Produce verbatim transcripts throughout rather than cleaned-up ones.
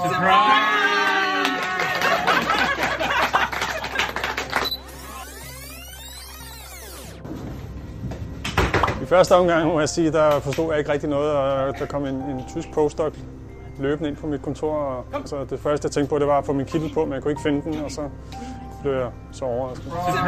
I første omgang må jeg sige, der forstod jeg ikke rigtig noget, og der kom en, en tysk postdoc løbende ind på mit kontor. Og, altså, det første, jeg tænkte på, det var at få min kittel på, men jeg kunne ikke finde den, og så blev jeg så overrasket.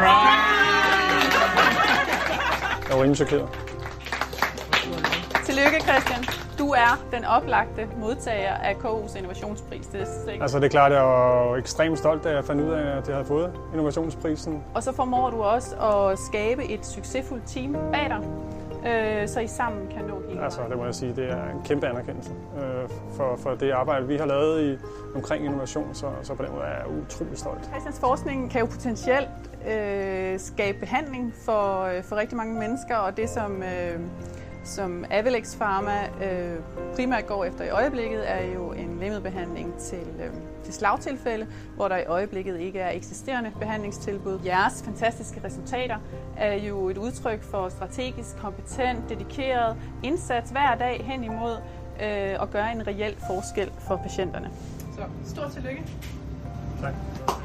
Jeg var rimelig chokeret. Tillykke, Christian. Du er den oplagte modtager af K U's innovationspris. Det er altså det er klart, at jeg var ekstremt stolt, da jeg fandt ud af, at jeg havde fået innovationsprisen. Og så formår du også at skabe et succesfuldt team bag dig, øh, så I sammen kan nå hele. Altså det må jeg sige, det er en kæmpe anerkendelse øh, for, for det arbejde, vi har lavet i, omkring innovation, så, så på den måde er jeg utrolig stolt. Christians forskning kan jo potentielt øh, skabe behandling for, for rigtig mange mennesker, og det som øh, som Avelex Pharma øh, primært går efter i øjeblikket, er jo en lægemiddelbehandling til, øh, til slagtilfælde, hvor der i øjeblikket ikke er eksisterende behandlingstilbud. Jeres fantastiske resultater er jo et udtryk for strategisk, kompetent, dedikeret indsats hver dag hen imod øh, at gøre en reel forskel for patienterne. Så stort tillykke. Tak.